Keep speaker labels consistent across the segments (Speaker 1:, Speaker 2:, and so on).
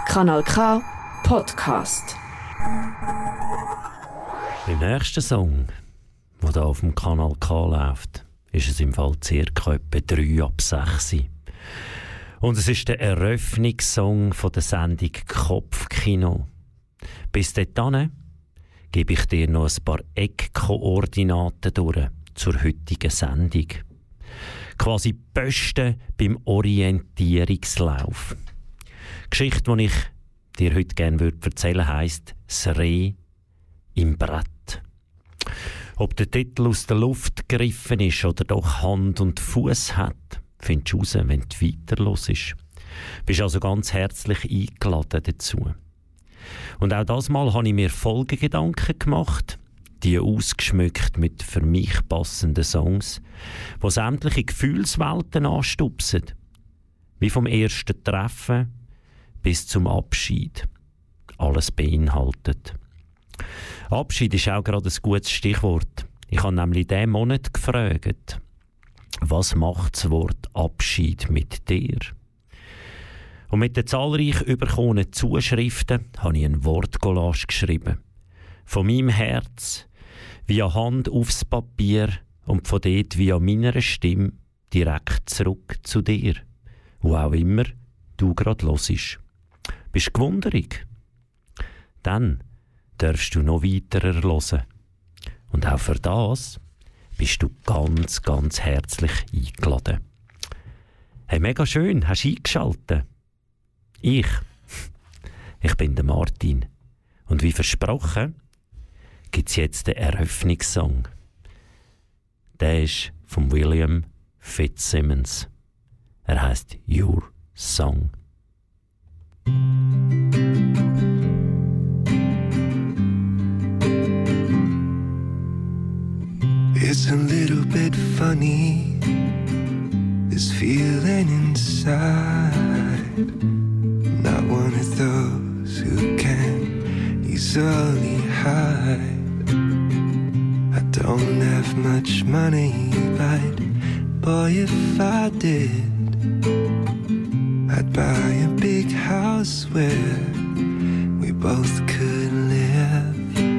Speaker 1: Kanal K Podcast.
Speaker 2: Beim nächsten Song, der hier auf dem Kanal K läuft, ist es im Fall ca. etwa 3 ab 6. Und es ist der Eröffnungssong von der Sendung Kopfkino. Bis dahin gebe ich dir noch ein paar Eckkoordinaten durch zur heutigen Sendung. Quasi Posten beim Orientierungslauf. Die Geschichte, die ich dir heute gerne erzählen würde, heisst «Das Reh im Brett». Ob der Titel aus der Luft gegriffen ist oder doch Hand und Fuß hat, findest du raus, wenn du weiter hörst. Bist also ganz herzlich eingeladen dazu. Und auch das Mal habe ich mir Folgegedanken gemacht, die ausgeschmückt mit für mich passenden Songs, die sämtliche Gefühlswelten anstupsen. Wie vom ersten Treffen bis zum Abschied. Alles beinhaltet. Abschied ist auch gerade ein gutes Stichwort. Ich habe nämlich diesen Monat gefragt, was macht das Wort Abschied mit dir? Und mit den zahlreich überkommenen Zuschriften habe ich ein Wortcollage geschrieben. Von meinem Herz via Hand aufs Papier und von dort via meiner Stimme direkt zurück zu dir, wo auch immer du gerade hörst. Bist du gewunderig? Dann darfst du noch weiter hören. Und auch für das bist du ganz, ganz herzlich eingeladen. Hey, mega schön, hast du eingeschaltet? Ich bin der Martin. Und wie versprochen, gibt es jetzt den Eröffnungssong. Der ist von William Fitzsimmons. Er heisst Your Song.
Speaker 3: It's a little bit funny, this feeling inside. Not one of those who can easily hide. I don't have much money, but boy, if I did, I'd buy a big house where we both could live.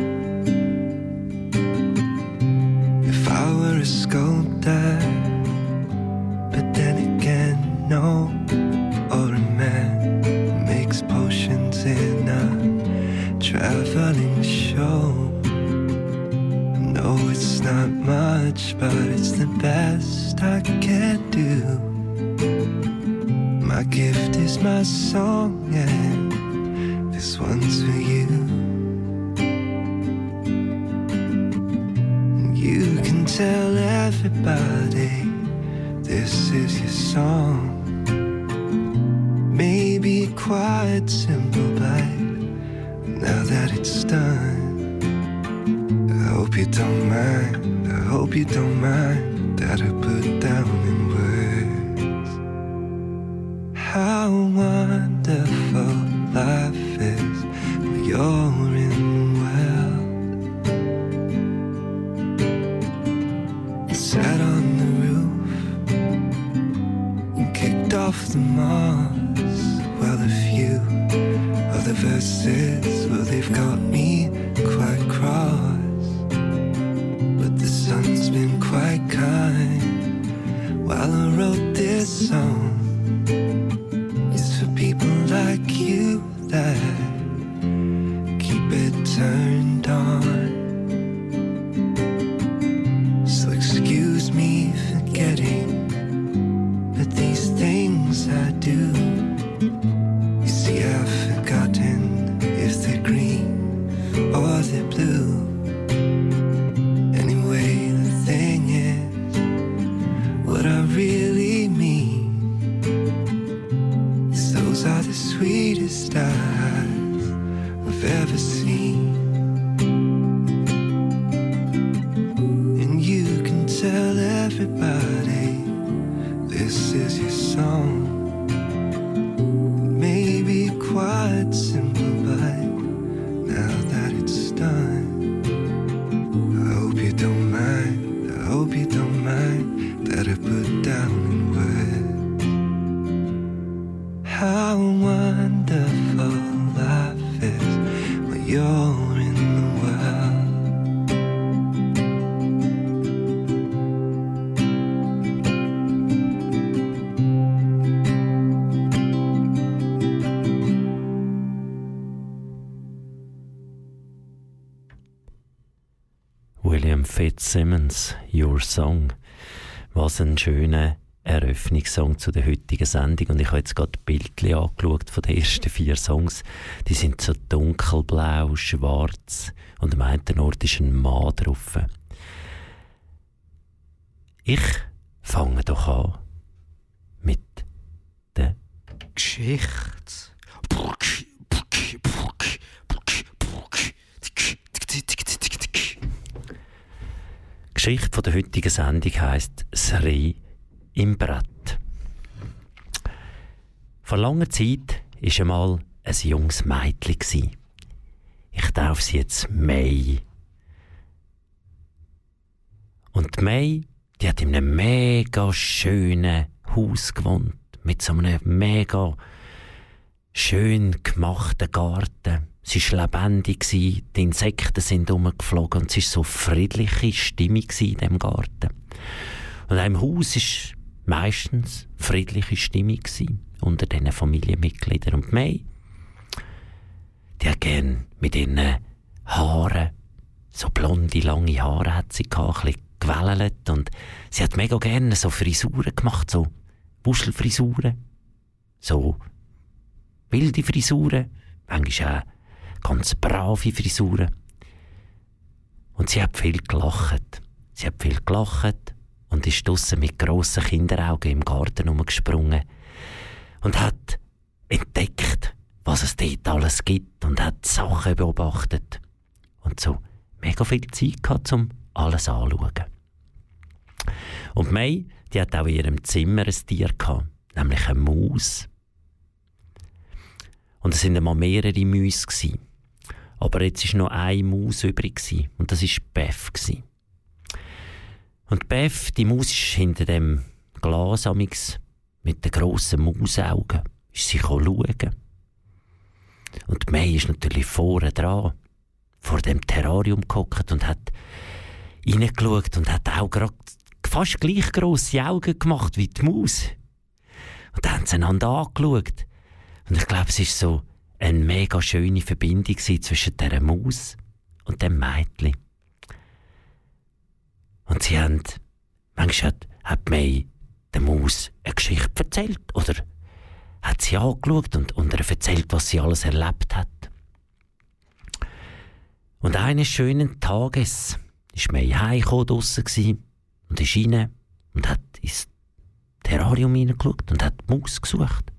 Speaker 3: If I were a sculptor, but then again, no, or a man who makes potions in a traveling show. No, it's not much, but it's the best I can do. My gift is my song, and this one's for you. You can tell everybody this is your song. Maybe quite simple, but now that it's done, I hope you don't mind, I hope you don't mind that I put down in words how wonderful life is when you're in the world. I sat on the roof and kicked off the moss. Well, a few of the verses, well, they've got me quite cross, but the sun's been quite kind while I wrote this song. It's for people like you that keep it turned on. So excuse me for getting, but these things I do, you see I've forgotten if they're green or they're blue. Anyway, the thing is, what I really mean is those are the sweetest eyes I've ever seen. And you can tell everybody this is your song. Maybe quite simple, but now that it's done, I hope you don't mind, I hope you don't mind that I put down in words how wonderful
Speaker 2: Fitzsimmons, Your Song. Was ein schöner Eröffnungssong zu der heutigen Sendung. Und ich habe jetzt gerade Bildchen angeschaut von den ersten 4 Songs. Die sind so dunkelblau, schwarz und am einen Ort ist ein Mann drauf. Ich fange doch an mit der Geschichte. Die Geschichte der heutigen Sendung heisst «Das Reh im Brett». Vor langer Zeit war einmal ein junges Mädchen. Ich taufe sie jetzt May. Und die May, die hat in einem mega schönen Haus gewohnt. Mit so einem mega schön gemachten Garten. Sie war lebendig, die Insekten sind rumgeflogen und es war so friedliche Stimmung in diesem Garten. Und in einem Haus war meistens friedliche Stimmung unter diesen Familienmitgliedern. Und May, die hat gerne mit ihren Haaren, so blonde, lange Haare hat sie gehabt, ein bisschen gewellt. Und sie hat mega gerne so Frisuren gemacht, so Wuschelfrisuren, so wilde Frisuren, manchmal auch ganz brave Frisuren. Und sie hat viel gelacht. Und ist draussen mit grossen Kinderaugen im Garten herumgesprungen und hat entdeckt, was es dort alles gibt und hat Sachen beobachtet. Und so mega viel Zeit gehabt, um alles anzuschauen. Und May, die hat auch in ihrem Zimmer ein Tier gehabt, nämlich eine Maus. Und es waren einmal mehrere Mäuse gewesen. Aber jetzt war noch eine Maus übrig gewesen, und das war Beth gewesen. Und Beth, die Maus, ist hinter dem Glas mit den grossen Mausaugen ist sie schauen. Und die May ist natürlich vorne dran, vor dem Terrarium gehockt und hat reingeschaut und hat auch gerade fast gleich grosse Augen gemacht wie die Maus. Und dann haben sie einander angeschaut. Und ich glaube, es war so eine mega schöne Verbindung zwischen dieser Maus und dem Mädchen. Und sie haben, manchmal hat May der Maus eine Geschichte erzählt oder hat sie angeschaut und ihr erzählt, was sie alles erlebt hat. Und eines schönen Tages war May heimgekommen, draussen und ist rein und hat ins Terrarium hineingeschaut und hat die Maus gesucht.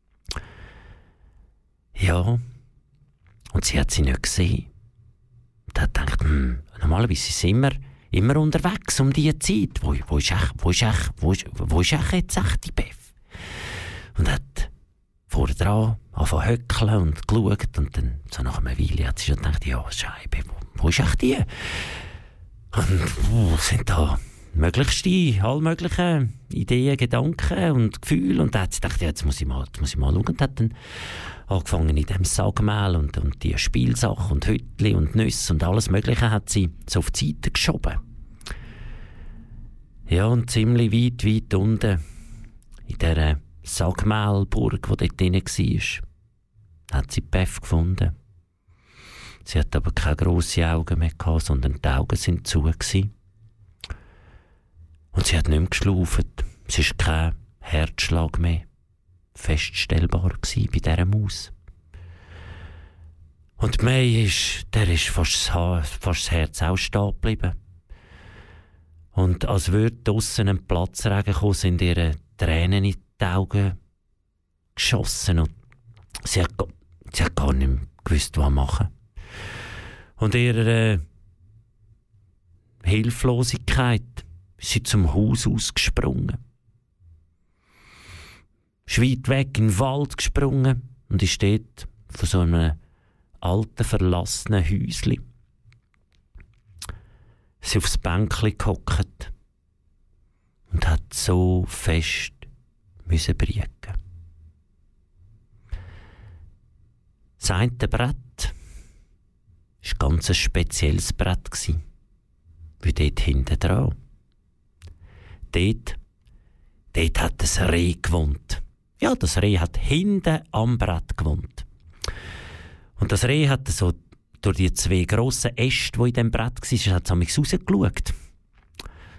Speaker 2: Ja, und sie hat sie nicht gesehen. Und hat gedacht, normalerweise ist sie immer unterwegs um diese Zeit. Wo ist jetzt echt die Beth? Und hat vorne dran angefangen zu höckeln und geschaut. Und dann, so nach einer Weile, hat sie schon gedacht, ja, Scheibe, wo ist echt die? Und sind da all möglichen Ideen, Gedanken und Gefühle. Und dann hat sie gedacht, ja, jetzt muss ich mal schauen. Und hat dann angefangen in dem Sagmehl und die Spielsachen und Hütli und Nüsse und alles Mögliche hat sie so auf die Seite geschoben. Ja, und ziemlich weit unten in dieser Sagmehlburg, die dort drin war, hat sie Beth gefunden. Sie hat aber keine grossen Augen mehr gehabt, sondern die Augen sind zu gewesen. Und sie hat nicht mehr geschlafen. Es war kein Herzschlag mehr feststellbar bei dieser Maus. Und May ist fast das Herz auch stehen geblieben. Und als würde draussen ein Platzregen kommen, sind ihre Tränen in die Augen geschossen. Und sie hat gar nicht mehr gewusst, was machen. Und ihre Hilflosigkeit ist sie zum Haus ausgesprungen. Ist weit weg in den Wald gesprungen und ist dort von so einem alten, verlassenen Häuschen sie aufs Bänkchen gehockt und hat so fest müssen brieken. Das eine Brett war ganz ein spezielles Brett, wie dort hinten dran. Dort hat das Reh gewohnt. Ja, das Reh hat hinten am Brett gewohnt. Und das Reh hat so durch die 2 grossen Äste, die in diesem Brett waren, hat es rausgeschaut.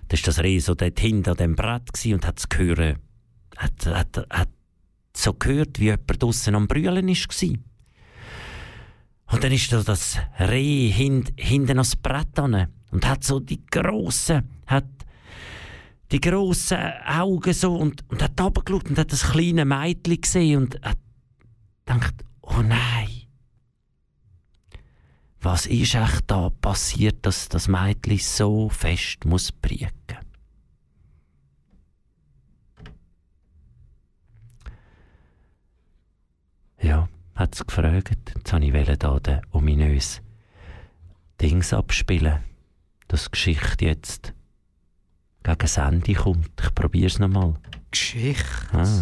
Speaker 2: Da war das Reh so dort hinter dem Brett und hat es gehört, hat so gehört, wie jemand draussen am Brüllen war. Und dann ist da das Reh hinten ans Brett an und hat so die grossen Augen so und hat runtergeschaut und hat das kleine Mädchen gesehen und hat gedacht, oh nein, was ist echt da passiert, dass das Mädchen so fest muss brieken? Ja, hat es gefragt. Jetzt wollte ich da den ominösen Dings abspielen, dass die Geschichte jetzt gegen das Ende kommt. Ich probiere es nochmal.
Speaker 4: Geschichte?
Speaker 2: Ah.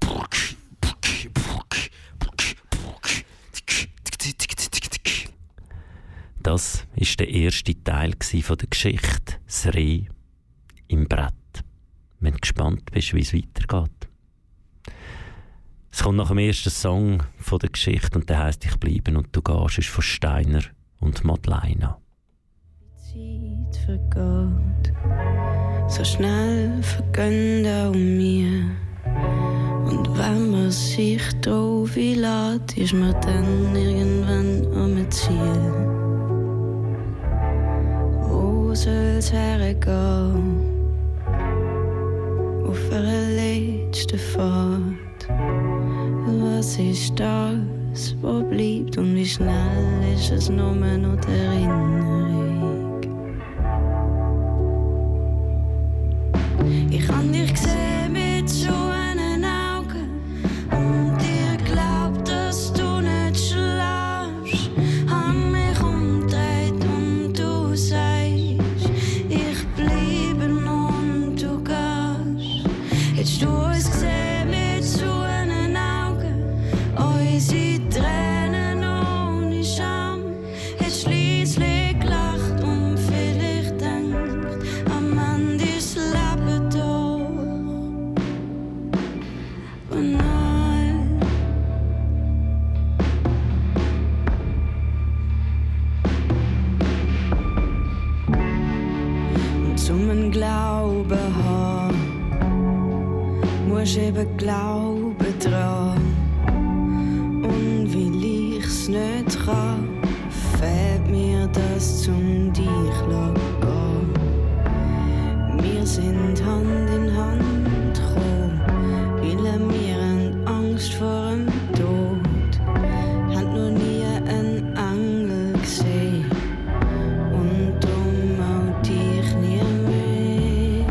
Speaker 2: Das war der erste Teil von der Geschichte, das Reh im Brett. Wenn du gespannt bist, wie es weitergeht. Es kommt nach dem ersten Song von der Geschichte und der heisst «Ich bleibe und du gehst», ist von Steiner und Madeleine.
Speaker 5: Die Zeit vergeht, so schnell vergönnt auch mir. Und wenn man sich drauf einlässt, ist man dann irgendwann am Ziel. Wo soll's hergehen? Auf einer letzten Fahrt. Was ist das, was bleibt und wie schnell ist es nur noch die Erinnerung? Ich kann dich sehen mit so einen Augen und dir glaubt, dass du nicht schläfst. Hab mich umdreht und du sagst, ich bleibe und du gehst. Hättest du uns gesehen mit so einen Augen, unsere Tränen ohne Scham, hättest schliesslich gelacht und vielleicht denkt, am Ende ist Leben doch banal. Und zum Glauben haben, musst eben Glauben dran. Und weil ich's nicht kann, fehlt mir das zum dich gehen. Wir sind Hand in Hand gekommen, weil wir haben Angst vor dem Tod. Haben noch nie einen Engel gesehen und drum auch dich nie mehr.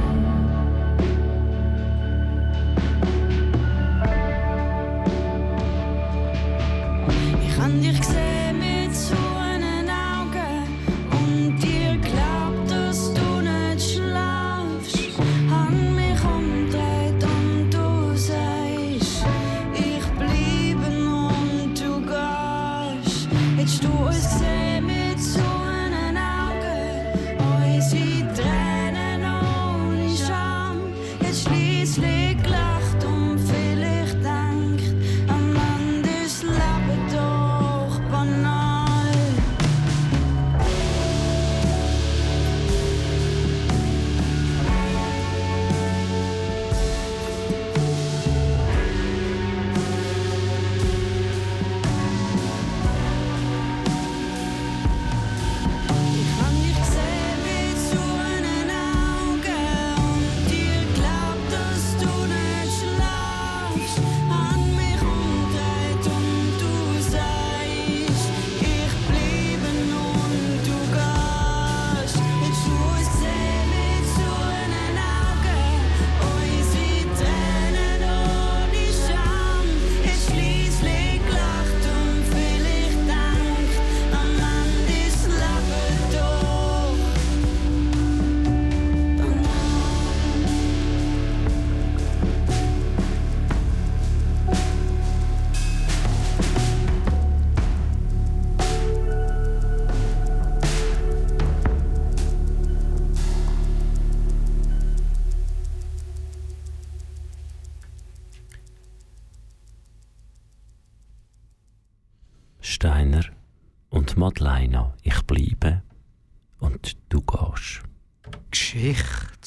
Speaker 5: Ich hab dich gesehen mit so einen Augen und dir glaubt, dass du nicht schlafst. Hab mich umdreht und du sagst, ich bleibe und du gehst. Hättest du uns gesehen mit so einen Augen, unsere Tränen ohne Scham, hättest schliesslich gelacht und vielleicht denkt, am Ende ist Leben doch banal. Ich hab dich gesehen mit so einen Augen und dir glaubt, dass du nicht schlafst. Hab mich umdreht und du sagst, ich bleibe und du gehst. Hättest du uns gesehen mit so einen Augen, unsere Tränen ohne Scham, hättest schliesslich gelacht und vielleicht denkt, am Ende ist Leben doch banal.
Speaker 2: Steiner und Madeleine, ich bleibe und du gehst.
Speaker 3: Geschichte.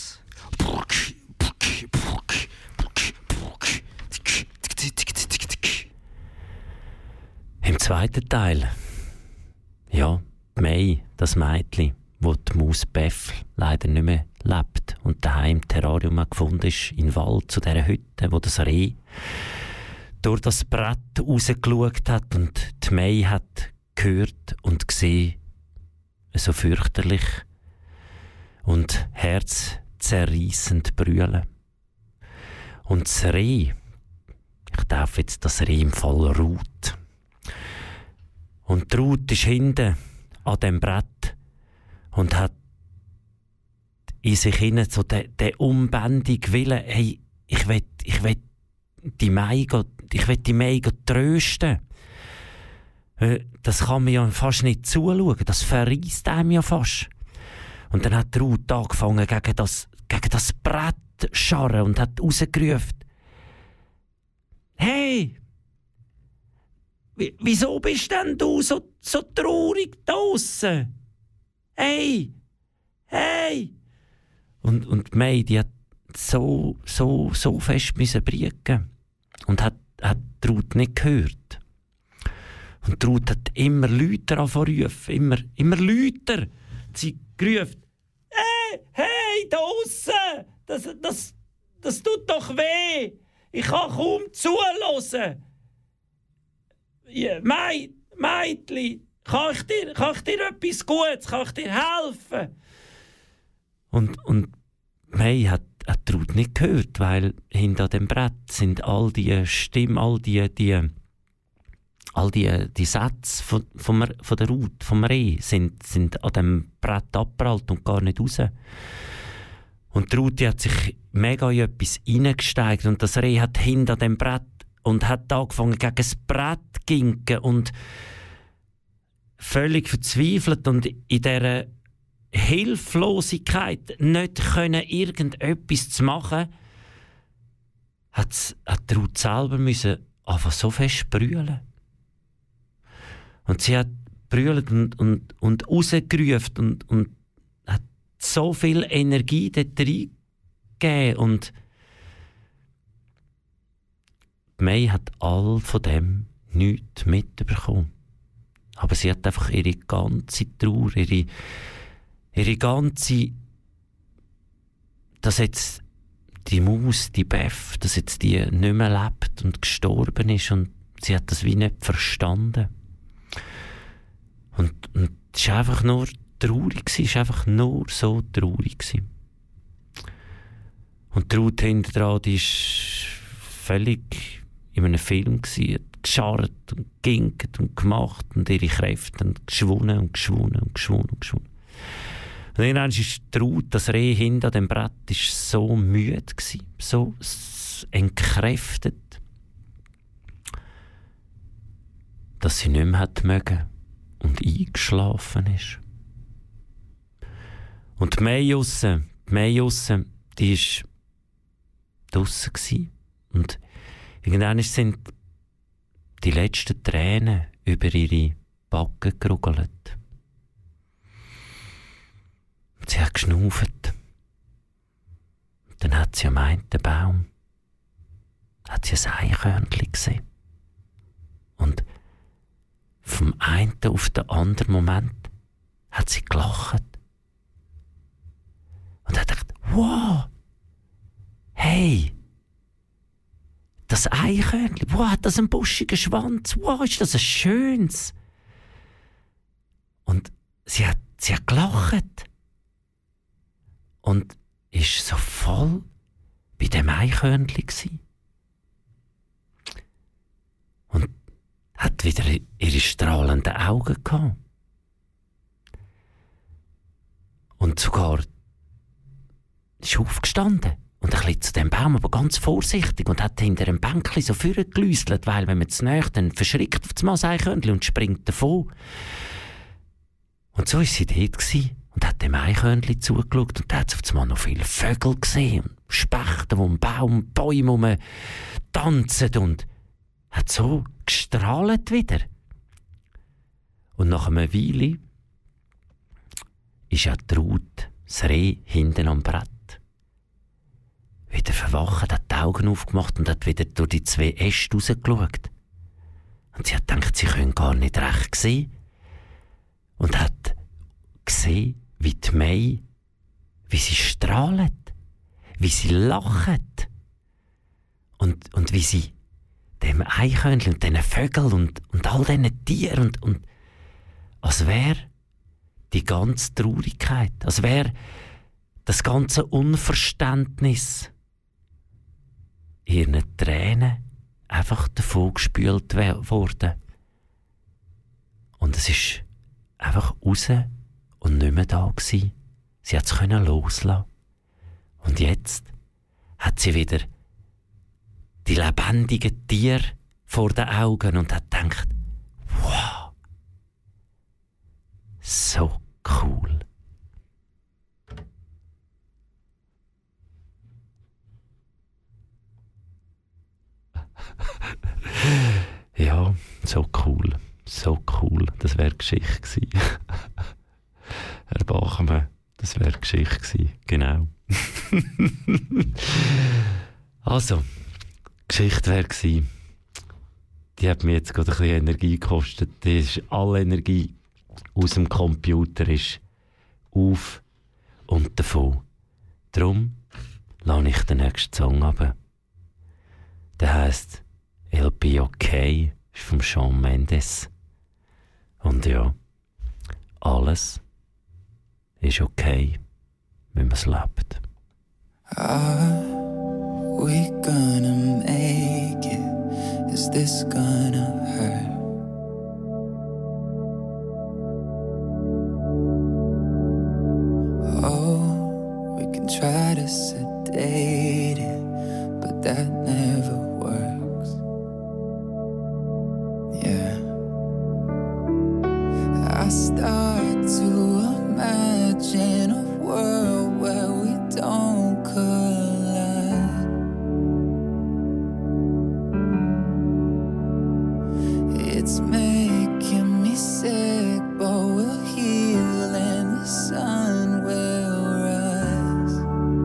Speaker 2: Im zweiten Teil, ja, May, das Mädchen, wo die Maus Bäffel leider nicht mehr lebt und daheim im Terrarium auch gefunden ist, in den Wald zu dieser Hütte, wo das Reh durch das Brett rausgeschaut hat und die May hat gehört und gesehen, so fürchterlich und herzzerreissend brüllen. Und das Reh, ich darf jetzt das Reh im Fall Ruth. Und die Ruth ist hinten an dem Brett und hat in sich hinein so den unbändigen Willen, hey, ich will die May trösten. Das kann man ja fast nicht zuschauen, das verreisst einem ja fast. Und dann hat Ruth angefangen gegen das Brett zu scharren und hat rausgerufen: Hey! Wieso bist denn du so traurig draussen? Hey! Hey! Und May, die hat so fest müssen brieken und hat Ruth nicht gehört. Und Ruth hat immer lauter angerufen, immer lauter. Sie gerufen: Hey, draussen! Das tut doch weh! Ich kann kaum zuhören! Ja, Mädchen, kann ich dir etwas Gutes, kann ich dir helfen? Und May hat Ruth nicht gehört, weil hinter dem Brett sind all die Stimmen, all die Sätze von der Ruth, vom Reh, sind an dem Brett abgeprallt und gar nicht raus. Und die Ruth hat sich mega in etwas hineingesteigt und das Reh hat hinter dem Brett und hat angefangen gegen das Brett zu ginken und völlig verzweifelt und in dieser Hilflosigkeit nicht können, irgendetwas zu machen, hat Ruth selber müssen einfach so fest brüllen. Und sie hat brüllt und rausgerufen und hat so viel Energie dort reingegeben. Und May hat all von dem nichts mitbekommen. Aber sie hat einfach ihre ganze Trauer, ihre ganze, dass jetzt die Maus, die Beff, dass jetzt die nicht mehr lebt und gestorben ist und sie hat das wie nicht verstanden. Und es war einfach nur traurig, es war einfach nur so traurig. Und die Ruth hinten dran, die war völlig in einem Film, hat gescharrt und ginket und gemacht und ihre Kräfte haben geschwunden. Und irgendwann ist die Ruth, das Reh hinter dem Brett, ist so müde gewesen, so entkräftet, dass sie nicht mehr hat mögen und eingeschlafen ist. Und die May aussen, die war draussen gewesen. Und irgendwann sind die letzten Tränen über ihre Backen gerugelt. Sie hat geschnauft. Dann hat sie am einen Baum ein Eichhörnchen gesehen. Und vom einen auf den anderen Moment hat sie gelacht. Und hat gedacht: Wow! Hey! Das Eichhörnchen, wow, hat das einen buschigen Schwanz? Wow, ist das ein schönes? Und sie hat gelacht. Und ist so voll bei dem Eichhörnchen gsi. Und hat wieder ihre strahlenden Augen gehabt. Und sogar ist aufgestanden und ein bisschen zu dem Baum, aber ganz vorsichtig, und hat hinter einem Bänkchen so vorgelüstelt, weil wenn man zu nahe, dann verschrickt auf das Eichhörnchen und springt davon. Und so war sie dort gsi und hat dem Eichhörnchen zugeschaut und da hat sie auf einmal noch viele Vögel gesehen und Spechte, die um Bäume tanzen und hat so gestrahlt wieder. Und nach einer Weile ist auch die Ruth das Reh hinten am Brett. Wieder verwachen, hat die Augen aufgemacht und hat wieder durch die 2 Äste rausgeschaut. Und sie hat gedacht, sie können gar nicht recht sehen. Und hat gesehen, wie die Mai, wie sie strahlt, wie sie lacht. Und wie sie dem Eichhörnchen und diesen Vögeln und all diesen Tieren und als wäre die ganze Traurigkeit, als wäre das ganze Unverständnis ihren Tränen einfach davon gespült worden. Und es ist einfach raus und nicht mehr da gewesen. Sie hat es loslassen. Und jetzt hat sie wieder die lebendigen Tiere vor den Augen und hat gedacht, wow, so cool. Ja, so cool. So cool. Das wäre Geschichte gewesen. Herr Bachmann, das wäre Geschichte gewesen. Genau. Also, Geschichte wäre gewesen. Die hat mir jetzt gerade ein bisschen Energie gekostet. Die ist alle Energie aus dem Computer ist auf und davon. Darum lasse ich den nächsten Song runter. Der heisst «It'll be okay», ist von Shawn Mendes. Und ja, alles ist okay, wenn man es lebt.
Speaker 3: Are we gonna make it? Is this gonna hurt? Oh, we can try to sedate it, but that never works. Yeah, I start to imagine a world where we don't collide. It's making me sick, but we'll heal and the sun will rise.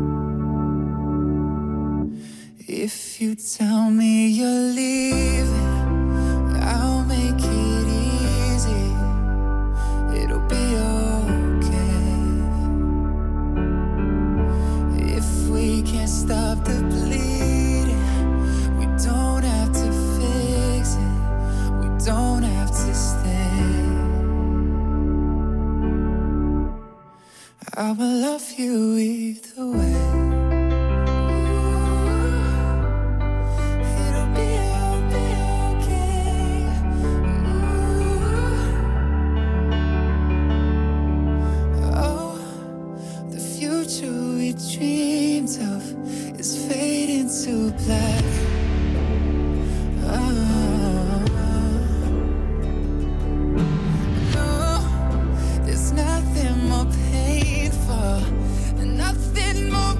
Speaker 3: If you tell me you're leaving, I'll make it easy. It'll be okay. If we can't stop the bleeding, we don't have to fix it. We don't have to stay. I will love you either way. It'll be okay. Oh, the future we dreamed of is fading to black. No, there's nothing more painful, nothing more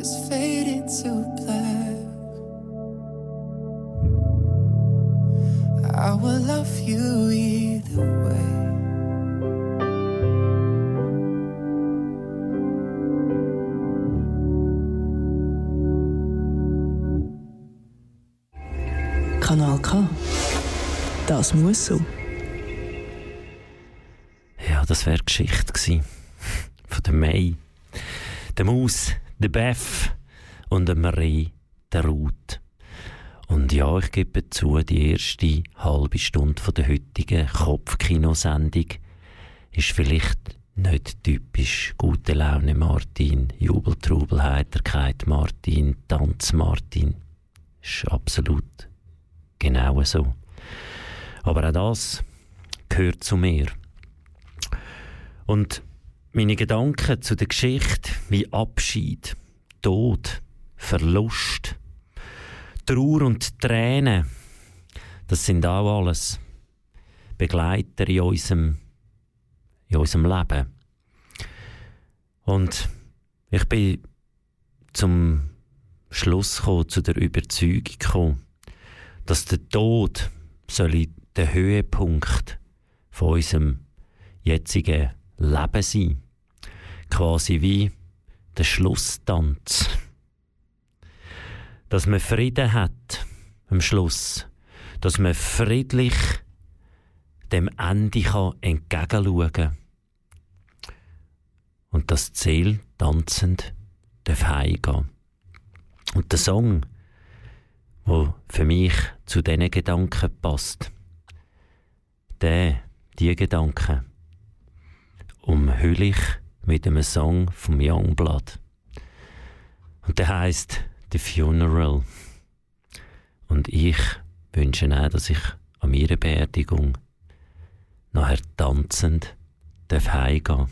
Speaker 3: just faded to black. I will love you either way.
Speaker 1: Kanal K. Das muss so.
Speaker 2: Ja, das wäre die Geschichte gewesen. Von der May, der Maus, der Beth und der Marie, der Ruth. Und ja, ich gebe zu, die erste halbe Stunde von der heutigen Kopfkinosendung ist vielleicht nicht typisch gute Laune Martin, Jubel, Trubel, Heiterkeit Martin, Tanz Martin. Ist absolut genau so. Aber auch das gehört zu mir. Und meine Gedanken zu der Geschichte wie Abschied, Tod, Verlust, Trauer und Tränen, das sind auch alles Begleiter in unserem Leben. Und ich bin zum Schluss gekommen, zu der Überzeugung gekommen, dass der Tod der Höhepunkt von unserem jetzigen Leben sein. Quasi wie der Schlusstanz. Dass man Frieden hat am Schluss. Dass man friedlich dem Ende entgegenschauen kann. Und das Ziel tanzend heimgehen darf. Und der Song, der für mich zu diesen Gedanken passt, die Gedanken umhülle ich mit einem Song vom Youngblood. Und der heisst «The Funeral». Und ich wünsche auch, dass ich an meiner Beerdigung nachher tanzend heimgehen darf.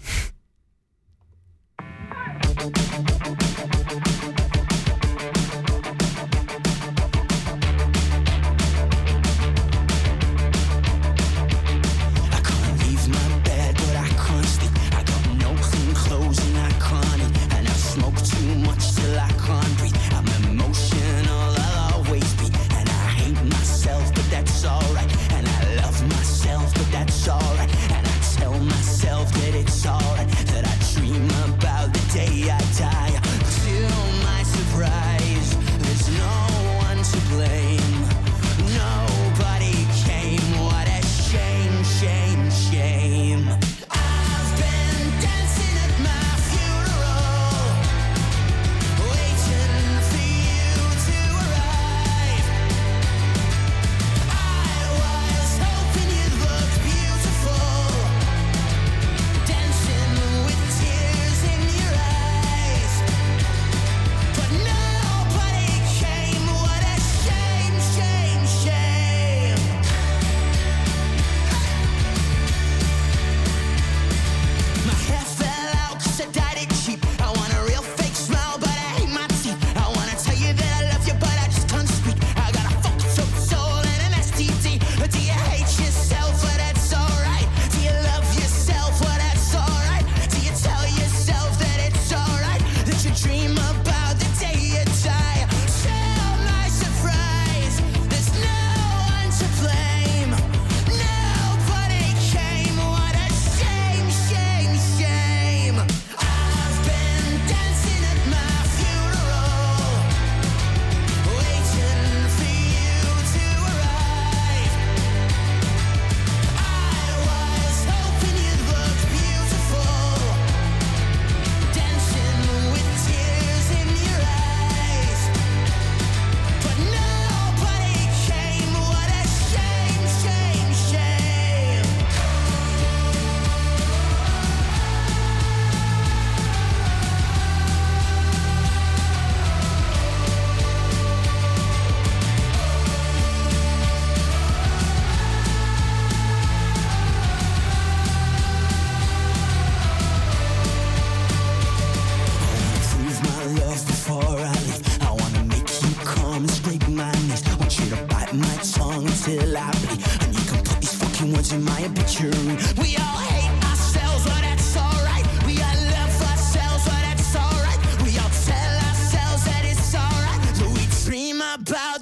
Speaker 4: till I bleed. And you can put these fucking words in my obituary. We all hate ourselves, but that's alright. We all love ourselves, but that's alright. We all tell ourselves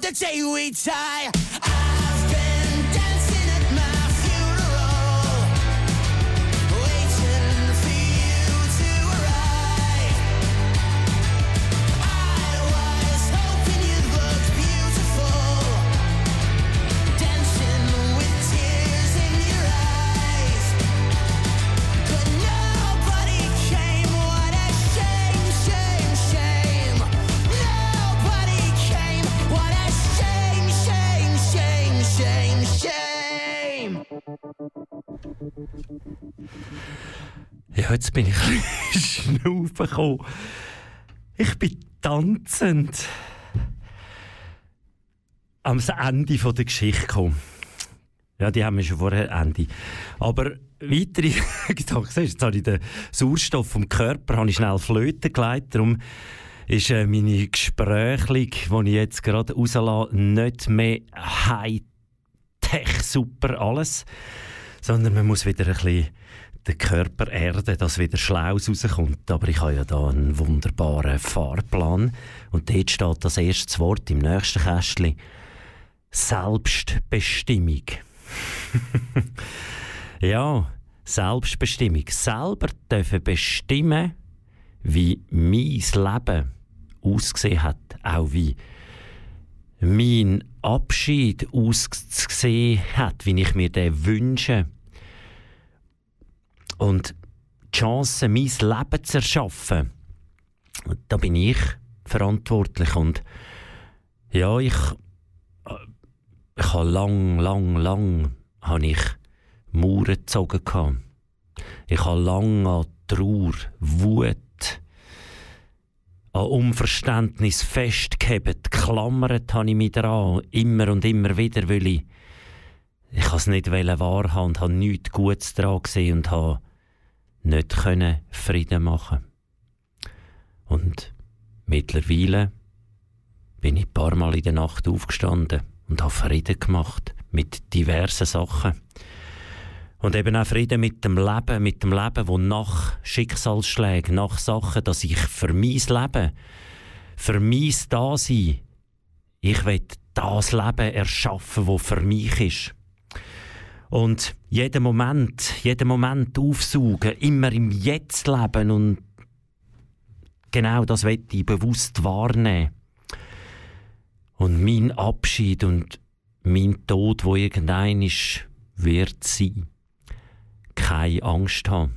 Speaker 4: the day we die. I've been dancing at my funeral, waiting for you to arrive. I was hoping you'd look beautiful, dancing with tears in your eyes. But nobody came, what a shame, shame, shame. Nobody came, what a shame, shame, shame, shame, shame.
Speaker 2: Ja, jetzt bin ich ein bisschen schnaufen gekommen. Ich bin tanzend am Ende der Geschichte gekommen. Ja, die haben wir schon vorher Ende. Aber weitere Gedanken, siehst du, jetzt habe ich den Sauerstoff vom Körper habe ich schnell Flöte gelegt. Darum ist meine Gesprächung, die ich jetzt gerade rauslasse, nicht mehr Hightech super alles, sondern man muss wieder ein bisschen den Körper erden, dass wieder Schlaues rauskommt. Aber ich habe ja da einen wunderbaren Fahrplan und dort steht das erste Wort im nächsten Kästchen: Selbstbestimmung. Ja, Selbstbestimmung. Selber dürfen bestimmen, wie mein Leben ausgesehen hat. Auch wie mein Abschied ausgesehen hat, wie ich mir den wünsche. Und die Chance, mein Leben zu erschaffen, da bin ich verantwortlich. Und ja, ich habe lang habe ich Mauern gezogen. Ich habe lange an Trauer, Wut, an Unverständnis festgehalten. Geklammert habe ich mich daran, immer und immer wieder, weil ich es nicht wahrhaben und habe nichts Gutes daran gesehen und habe nicht Frieden machen. Und mittlerweile bin ich ein paar Mal in der Nacht aufgestanden und habe Frieden gemacht mit diversen Sachen. Und eben auch Frieden mit dem Leben, wo nach Schicksalsschlägen, nach Sachen, dass ich für mein Leben, für mein Dasein, ich will das Leben erschaffen, das für mich ist. Und jeden Moment aufsaugen, immer im Jetzt leben und genau das will ich bewusst wahrnehmen. Und mein Abschied und mein Tod, wo irgendein ist, wird sein. Keine Angst haben.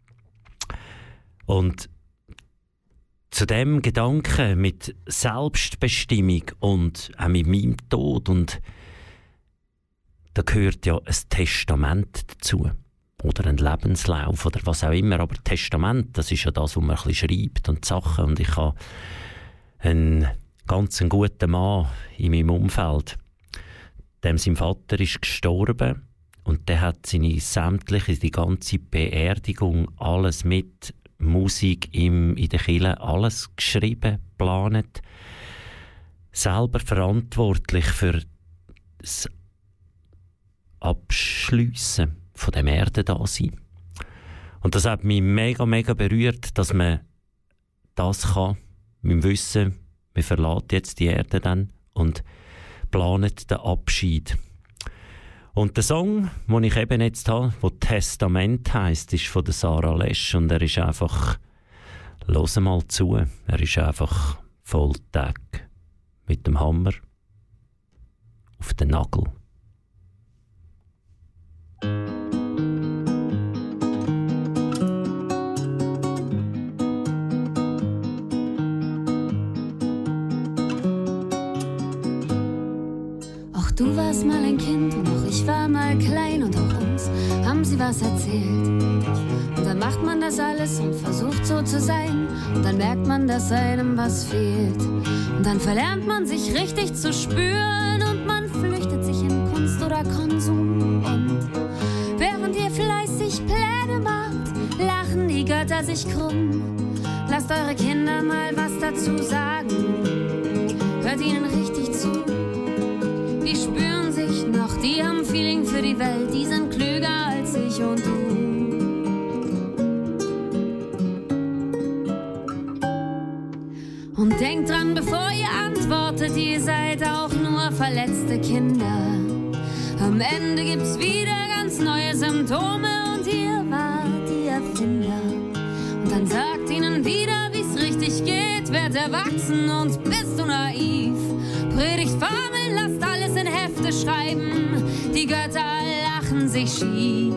Speaker 2: Und zu dem Gedanken mit Selbstbestimmung und auch mit meinem Tod, und da gehört ja ein Testament dazu. Oder ein Lebenslauf oder was auch immer. Aber Testament, das ist ja das, wo man ein bisschen schreibt und Sachen. Und ich habe einen ganz guten Mann in meinem Umfeld. Dem sein Vater ist gestorben und der hat die ganze Beerdigung, alles mit Musik in der Kirche, alles geschrieben, geplant. Selber verantwortlich für das Abschliessen von dem Erdendasein. Und das hat mich mega berührt, dass man das kann, mit dem Wissen, wir verlassen jetzt die Erde dann und planen den Abschied. Und der Song, den ich eben jetzt habe, der Testament heisst, ist von der Sarah Lesch und er ist einfach, hör mal zu, er ist einfach Volltag mit dem Hammer auf den Nagel.
Speaker 5: Du warst mal ein Kind und auch ich war mal klein und auch uns haben sie was erzählt. Und dann macht man das alles und versucht so zu sein und dann merkt man, dass einem was fehlt. Und dann verlernt man sich richtig zu spüren und man flüchtet sich in Kunst oder Konsum. Und während ihr fleißig Pläne macht, lachen die Götter sich krumm. Lasst eure Kinder mal was dazu sagen, hört ihnen richtig zu. Die spüren sich noch, die haben Feeling für die Welt, die sind klüger als ich und du.
Speaker 6: Und denkt dran, bevor ihr antwortet, ihr seid auch nur verletzte Kinder. Am Ende gibt's wieder ganz neue Symptome und ihr wart die Erfinder. Und dann sagt ihnen wieder, wie's richtig geht, werd erwachsen und bist du naiv. Predigt Formeln, lasst alles in Hefte schreiben, die Götter lachen sich schief.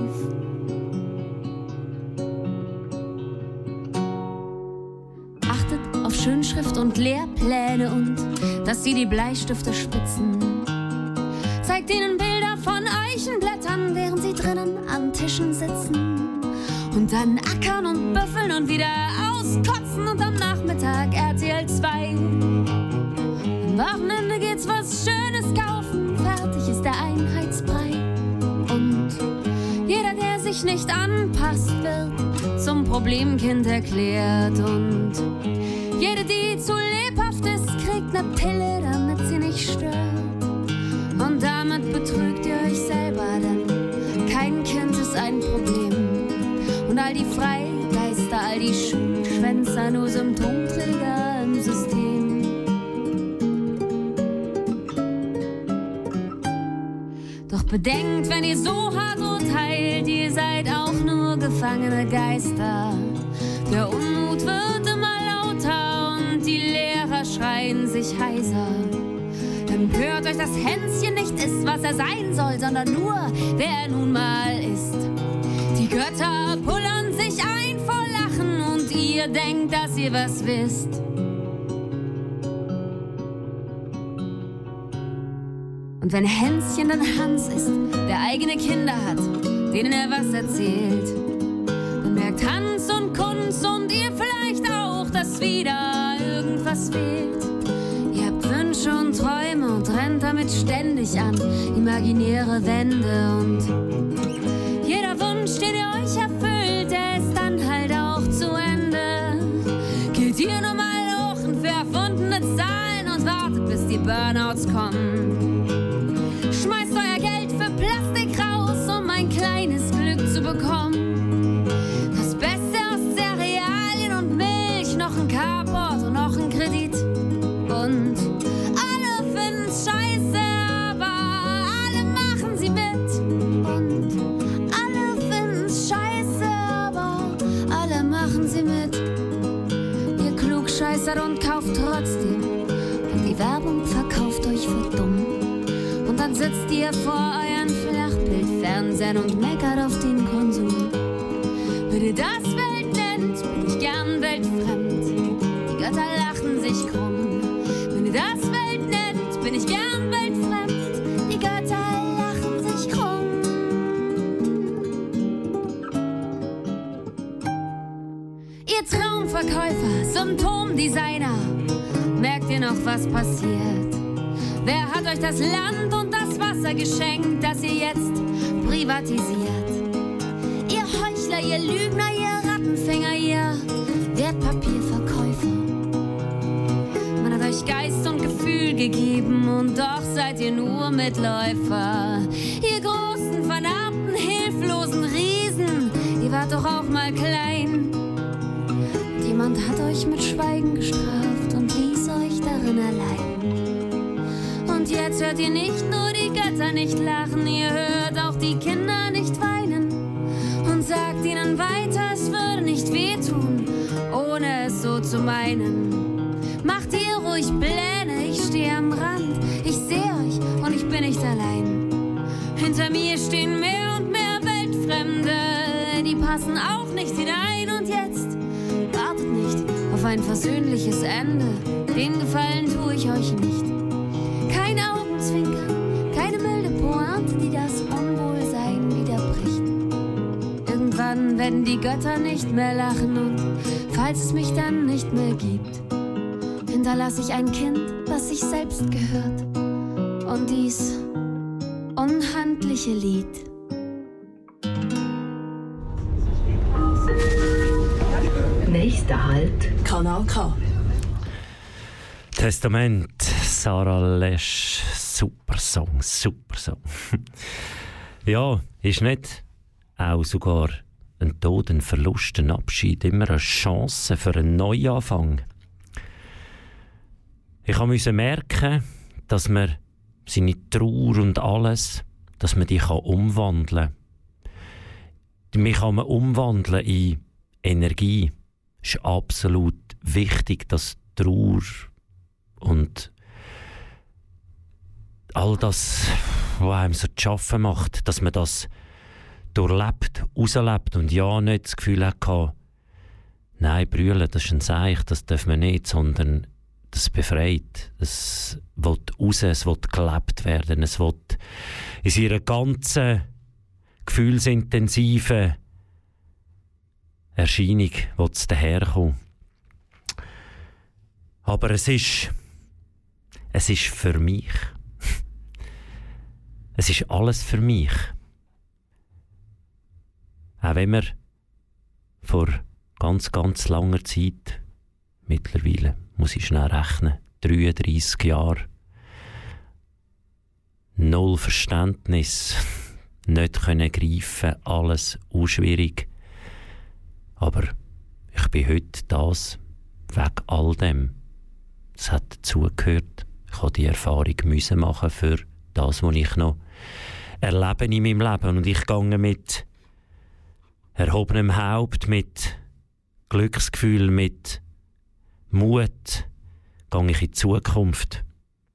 Speaker 6: Achtet auf Schönschrift und Lehrpläne und dass sie die Bleistifte spitzen. Zeigt ihnen Bilder von Eichenblättern, während sie drinnen an Tischen sitzen. Und dann ackern und büffeln und wieder auskotzen und am Nachmittag RTL 2. Am Wochenende geht's was Schönes kaufen, fertig ist der Einheitsbrei. Und jeder, der sich nicht anpasst, wird zum Problemkind erklärt. Und jede, die zu lebhaft ist, kriegt ne Pille, damit sie nicht stört. Und damit betrügt ihr euch selber, denn kein Kind ist ein Problem. Und all die Freigeister, all die Schwänzer, nur Symptomträger im System. Doch bedenkt, wenn ihr so hart urteilt, ihr seid auch nur gefangene Geister. Der Unmut wird immer lauter und die Lehrer schreien sich heiser. Empört euch, dass Hänschen nicht ist, was er sein soll, sondern nur, wer er nun mal ist. Die Götter pullern sich ein vor Lachen und ihr denkt, dass ihr was wisst. Und wenn Hänschen dann Hans ist, der eigene Kinder hat, denen er was erzählt, dann merkt Hans und Kunz und ihr vielleicht auch, dass wieder irgendwas fehlt. Ihr habt Wünsche und Träume und rennt damit ständig an imaginäre Wände. Und jeder Wunsch, den ihr euch erfüllt, der ist dann halt auch zu Ende. Geht ihr nur mal hoch und für erfundene Zahlen und wartet, bis die Burnouts kommen. Schmeißt euer Geld für Plastik raus, um ein kleines Glück zu bekommen. Das Beste aus Cerealien und Milch, noch ein Carport und noch ein Kredit. Und alle finden's scheiße, aber alle machen sie mit. Und alle finden's scheiße, aber alle machen sie mit. Ihr klugscheißert und kauft trotzdem. Und die Werbung verkauft euch für dumm. Und dann sitzt ihr vor euren Flachbildfernsehern und meckert auf den Konsum. Wenn ihr das Welt nennt, bin ich gern weltfremd. Die Götter lachen sich krumm. Wenn ihr das Welt nennt, bin ich gern weltfremd. Die Götter lachen sich krumm. Ihr Traumverkäufer, Symptomdesigner, merkt ihr noch, was passiert? Wer hat euch das Land und das Wasser geschenkt, das ihr jetzt privatisiert? Ihr Heuchler, ihr Lügner, ihr Rattenfänger, ihr Wertpapierverkäufer. Man hat euch Geist und Gefühl gegeben und doch seid ihr nur Mitläufer. Ihr großen, vernarbten, hilflosen Riesen, ihr wart doch auch mal klein. Und jemand hat euch mit Schweigen gestraft und ließ euch darin allein. Und jetzt hört ihr nicht nur die Götter nicht lachen, ihr hört auch die Kinder nicht weinen. Und sagt ihnen weiter, es würde nicht wehtun, ohne es so zu meinen. Macht ihr ruhig Pläne, ich stehe am Rand, ich sehe euch und ich bin nicht allein. Hinter mir stehen mehr und mehr Weltfremde, die passen auch nicht hinein. Und jetzt wartet nicht auf ein versöhnliches Ende, den Gefallen tue ich euch nicht. Kein Augenzwinkern, keine milde Pointe, die das Unwohlsein widerbricht. Irgendwann werden die Götter nicht mehr lachen und falls es mich dann nicht mehr gibt, hinterlasse ich ein Kind, das sich selbst gehört und dies unhandliche Lied.
Speaker 1: Nächster Halt, Kanal K.
Speaker 2: Testament, Sarah Lesch, super Song, super Song. Ja, ist nicht auch sogar ein Tod, ein Verlust, ein Abschied immer eine Chance für einen Neuanfang? Ich musste merken, dass man seine Trauer und alles, dass man die umwandeln kann. Mich kann man umwandeln in Energie. Es ist absolut wichtig, dass Trauer und all das, was einem so zu schaffen macht, dass man das durchlebt, rauslebt und ja nicht das Gefühl hat, nein, brüllen, das ist ein Seich, das darf man nicht, sondern das befreit. Es will raus, es will gelebt werden, es will in ihrer ganzen gefühlsintensiven Erscheinung daherkommen. Aber es ist für mich. Es ist alles für mich. Auch wenn wir vor ganz, ganz langer Zeit, mittlerweile muss ich schnell rechnen, 33 Jahre, null Verständnis, nicht können greifen, alles schwierig. Aber ich bin heute das, wegen all dem. Es hat dazugehört. Ich habe die Erfahrung müssen machen für das, was ich noch erlebe in meinem Leben. Und ich gehe mit erhobenem Haupt, mit Glücksgefühl, mit Mut, gehe ich in die Zukunft.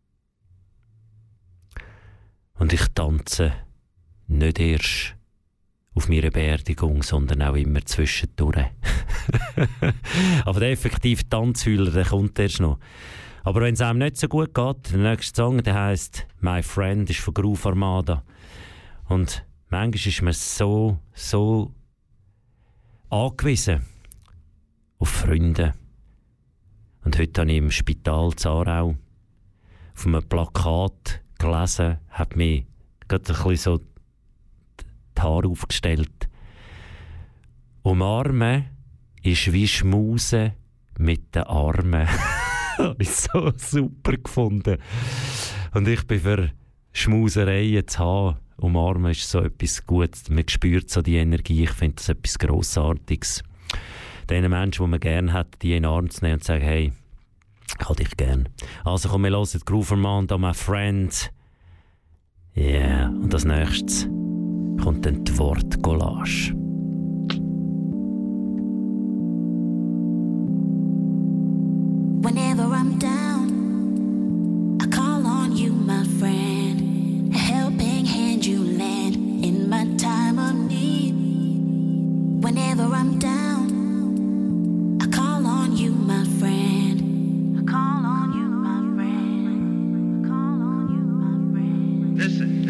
Speaker 2: Und ich tanze nicht erst auf meiner Beerdigung, sondern auch immer zwischendurch. Aber der effektive Tanzheuler, der kommt erst noch. Aber wenn es einem nicht so gut geht, der nächste Song, der heisst «My Friend», ist von Groove Armada. Und manchmal ist man so angewiesen auf Freunde. Und heute habe ich im Spital Zarau auf einem Plakat gelesen, hat mir gerade ein bisschen so die Haare aufgestellt. Umarmen ist wie Schmusen mit den Armen. Das habe ich so super gefunden. Und ich bin für Schmusereien zu haben. Umarmen ist so etwas Gutes. Man spürt so die Energie. Ich finde das etwas Grossartiges. Den Menschen, die man gerne hat, die in den Arm zu nehmen und zu sagen, hey, ich habe dich gern. Also komm, wir hören Groove Armada, «My Friend». Yeah. Und als nächstes kommt dann die Wortcollage.
Speaker 7: Whenever I'm down, I call on you, my friend. A helping hand you lend in my time of need. Whenever I'm down, I call on you, my friend. I call on you, my friend. I call on you, my friend. Listen.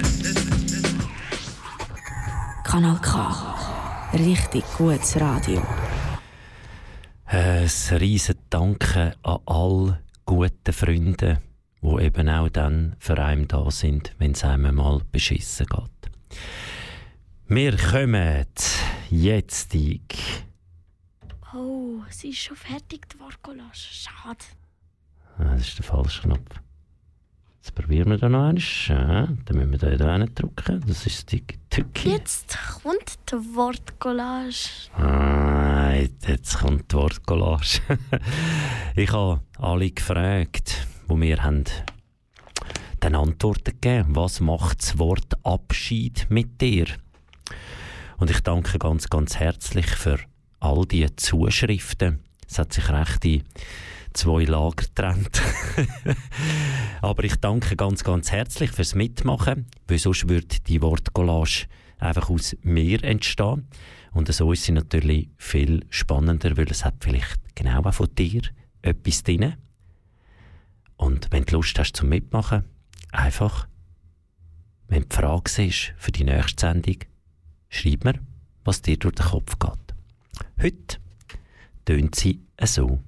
Speaker 8: Kanal K. Richtig gutes Radio.
Speaker 2: Ein riesen Danke an alle guten Freunde, die eben auch dann für einen da sind, wenn es einem mal beschissen geht. Wir kommen jetzt.
Speaker 9: Oh, sie ist schon fertig, die Wortcollage. Schade.
Speaker 2: Das ist der falsche Knopf. Jetzt probieren wir da noch einmal. Ja, dann müssen wir da hin drücken. Das ist die Tücke.
Speaker 9: Jetzt kommt die Wortcollage.
Speaker 2: Jetzt kommt die Wortcollage. Ich habe alle gefragt, die mir haben dann Antworten gegeben. Was macht das Wort Abschied mit dir? Und ich danke ganz, ganz herzlich für all die Zuschriften. Es hat sich recht in 2 Lager getrennt. Aber ich danke ganz, ganz herzlich fürs Mitmachen, weil sonst würde die Wortcollage einfach aus mir entstehen. Und so ist sie natürlich viel spannender, weil es hat vielleicht genau auch von dir etwas drin. Und wenn du Lust hast zum Mitmachen, einfach, wenn die Frage ist für die nächste Sendung, schreib mir, was dir durch den Kopf geht. Heute tönt sie so.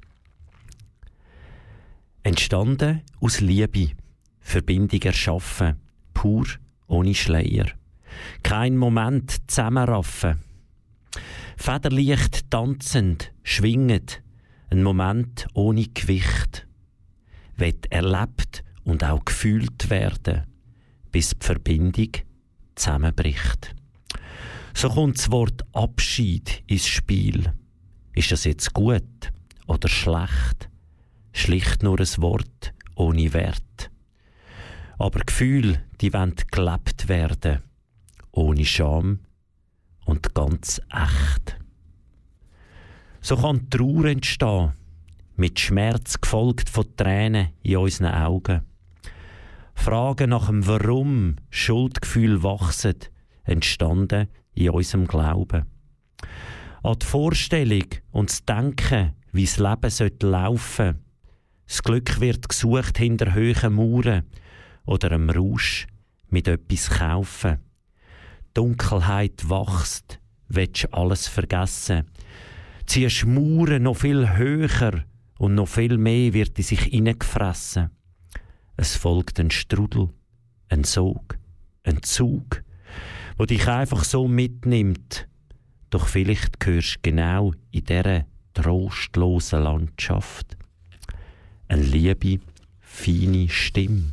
Speaker 2: Entstanden aus Liebe, Verbindung erschaffen, pur, ohne Schleier. Kein Moment zusammenraffen. Federleicht tanzend, schwingend, ein Moment ohne Gewicht. Wird erlebt und auch gefühlt werden, bis die Verbindung zusammenbricht. So kommt das Wort Abschied ins Spiel. Ist das jetzt gut oder schlecht? Schlicht nur ein Wort ohne Wert. Aber Gefühle, die wollen gelebt werden, ohne Scham und ganz echt. So kann Trauer entstehen, mit Schmerz gefolgt von Tränen in unseren Augen. Fragen nach dem Warum, Schuldgefühl wachsen, entstanden in unserem Glauben. An die Vorstellung und das Denken, wie das Leben laufen sollte. Das Glück wird gesucht hinter hohen Mauern oder einem Rausch mit etwas kaufen. Dunkelheit wächst, willst alles vergessen. Ziehst Mauern noch viel höher und noch viel mehr wird in sich hineingefressen. Es folgt ein Strudel, ein Sog, ein Zug, wo dich einfach so mitnimmt. Doch vielleicht gehörst du genau in dieser trostlosen Landschaft. Eine liebe, feine Stimme.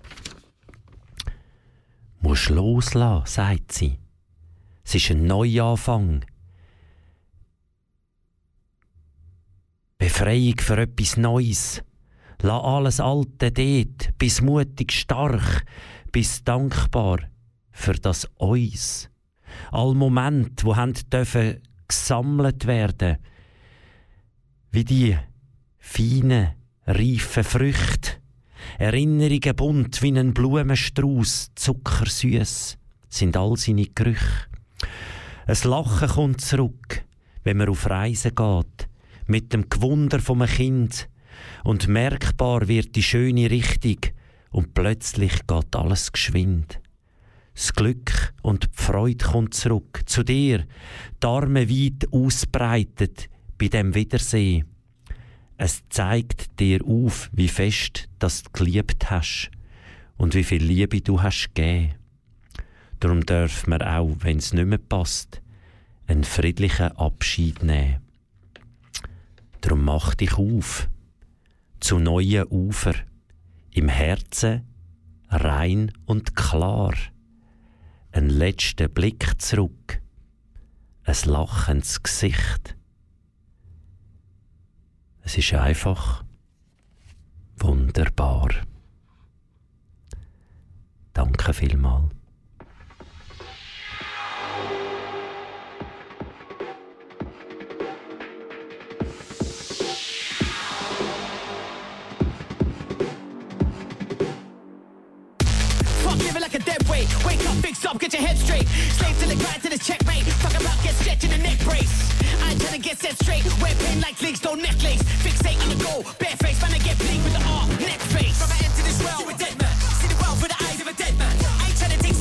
Speaker 2: Musst loslassen, sagt sie. Es ist ein Neuanfang. Befreiung für etwas Neues. Lass alles Alte dort, bis mutig stark, bis dankbar für das Uns. All Momente, die dürfen gesammelt werden, wie die feinen, reifen Früchte. Erinnerungen bunt wie ein Blumenstrauß, zuckersüß sind all seine Gerüche. Ein Lachen kommt zurück, wenn man auf Reisen geht, mit dem Gewunder vom Kind. Und merkbar wird die schöne Richtung und plötzlich geht alles geschwind. Das Glück und die Freude kommt zurück zu dir, die Arme weit ausbreitet bei dem Wiedersehen. Es zeigt dir auf, wie fest dass du geliebt hast und wie viel Liebe du hast gegeben. Darum dürfen wir auch, wenn es nicht mehr passt, einen friedlichen Abschied nehmen. Darum mach dich auf zu neuen Ufer, im Herzen rein und klar. Ein letzter Blick zurück, ein lachendes Gesicht. Es ist einfach wunderbar. Danke vielmals.
Speaker 4: Fix up, get your head straight. Slave till the grind till it's checkmate. Talk about get stretched in the neck brace. I ain't trying to get set straight. Wear pain like links, don't necklace. Fixate on the goal, bare face. Man, I get blink with the R, neck face. From my end to this world, you a dead man. See the world through the eyes of a dead man. I ain't trying to take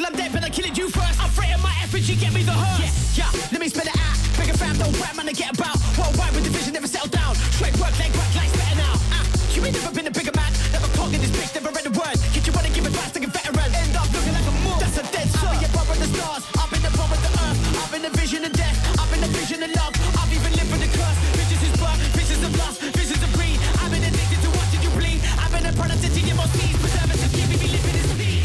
Speaker 4: till I'm dead, but I kill it you first. I'm fretting my efforts, you get me the hearse. Yeah, let me spell it out. Bigger fam, don't rap, man, I get about. Worldwide with division, never settle down. Straight work, leg work, life's better now. You ain't never been a bigger man. Never talk in this bitch, never read a word. Get you wanna give advice like a veteran. End up looking like a moon. That's a dead son. I'll be above the stars. Up in the bomb of the earth. Up in the vision of death. Up in the vision of love. I've even lived with the curse. Visions is birth. Visions of lust. Visions of greed. I've been addicted to watching you bleed. I've been a product of your most needs. Preservatives keeping me living this speed.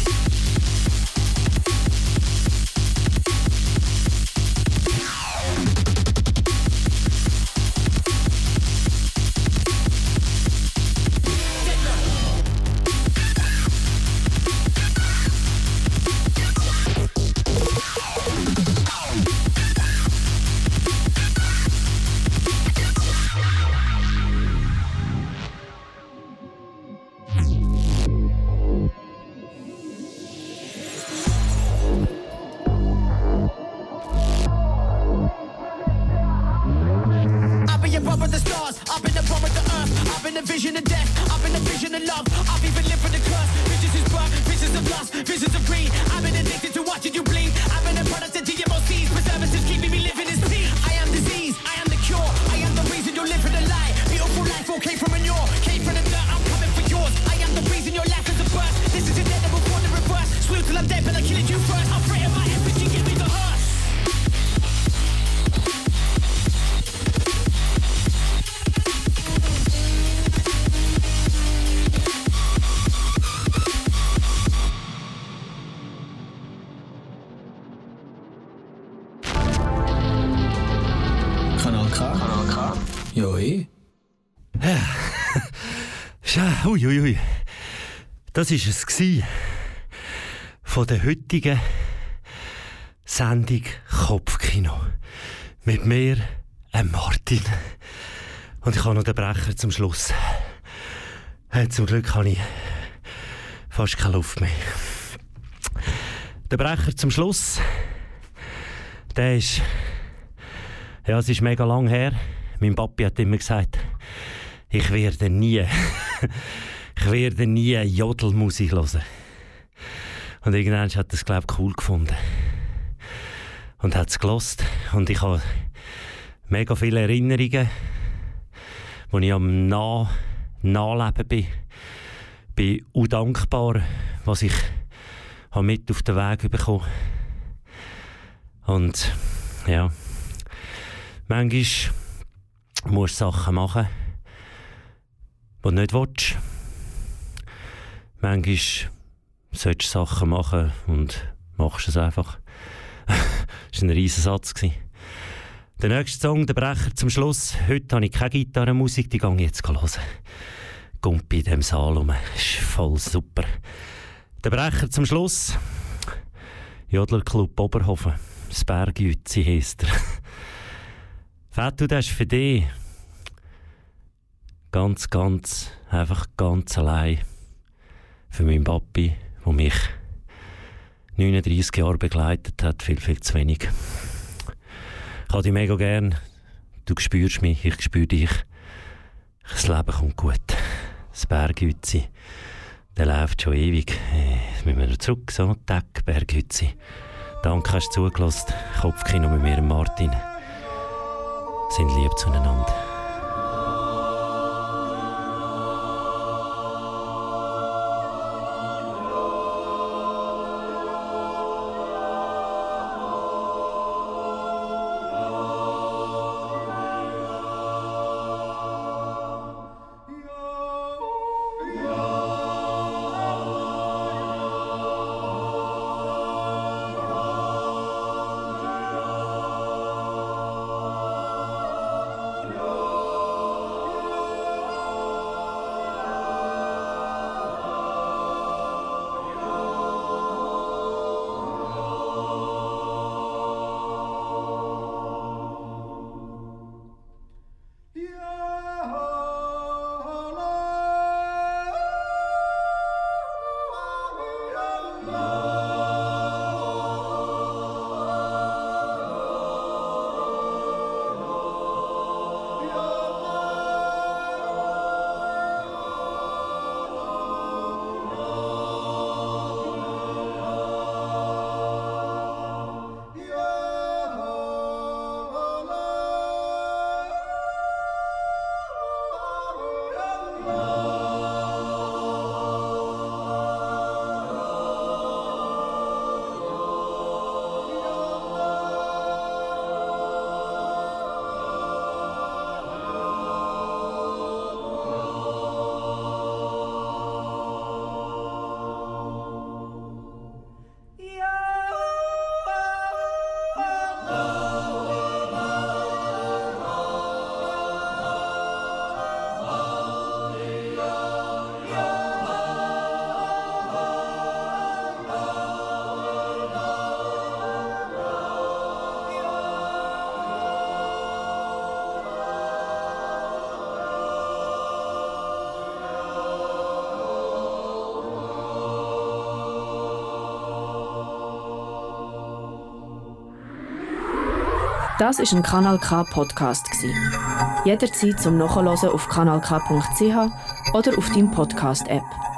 Speaker 2: Uiuiui. Das war es von der heutigen Sendung Kopfkino. Mit mir, Martin. Und ich habe noch den Brecher zum Schluss. Zum Glück habe ich fast keine Luft mehr. Der Brecher zum Schluss, der ist... Ja, es ist mega lang her. Mein Papi hat immer gesagt, ich werde nie Jodelmusik hören. Und irgendwann hat er es, glaube ich, cool gefunden. Und hat es gehört. Und ich habe mega viele Erinnerungen, wo ich am Nachleben bin. Bin auch dankbar, was ich mit auf den Weg bekommen habe. Und ja, manchmal musst du Sachen machen, die du nicht willst. Manchmal solltest du Sachen machen und machst es einfach. Das war ein riesen Satz. Der nächste Song, der Brecher zum Schluss. Heute habe ich keine Gitarrenmusik, die gehe ich jetzt hören. Gumpi in diesem Saal rum. Ist voll super. Der Brecher zum Schluss. Jodlerclub Oberhofen. Das Bergjützi heisst er. Fettu, das ist für dich. Ganz allein. Für meinen Papi, der mich 39 Jahre begleitet hat, viel zu wenig. Ich habe dich mega gern. Du spürst mich, ich spüre dich. Das Leben kommt gut. Das Berghützi, der läuft schon ewig. Jetzt müssen wir noch zurück, so Tag, Berghützi. Danke, hast du zugelassen. Kopfkino mit mir und Martin. Sind lieb zueinander.
Speaker 3: Oh
Speaker 8: Das war ein Kanal K Podcast. Jederzeit zum Nachhören auf kanalk.ch oder auf deinem Podcast-App.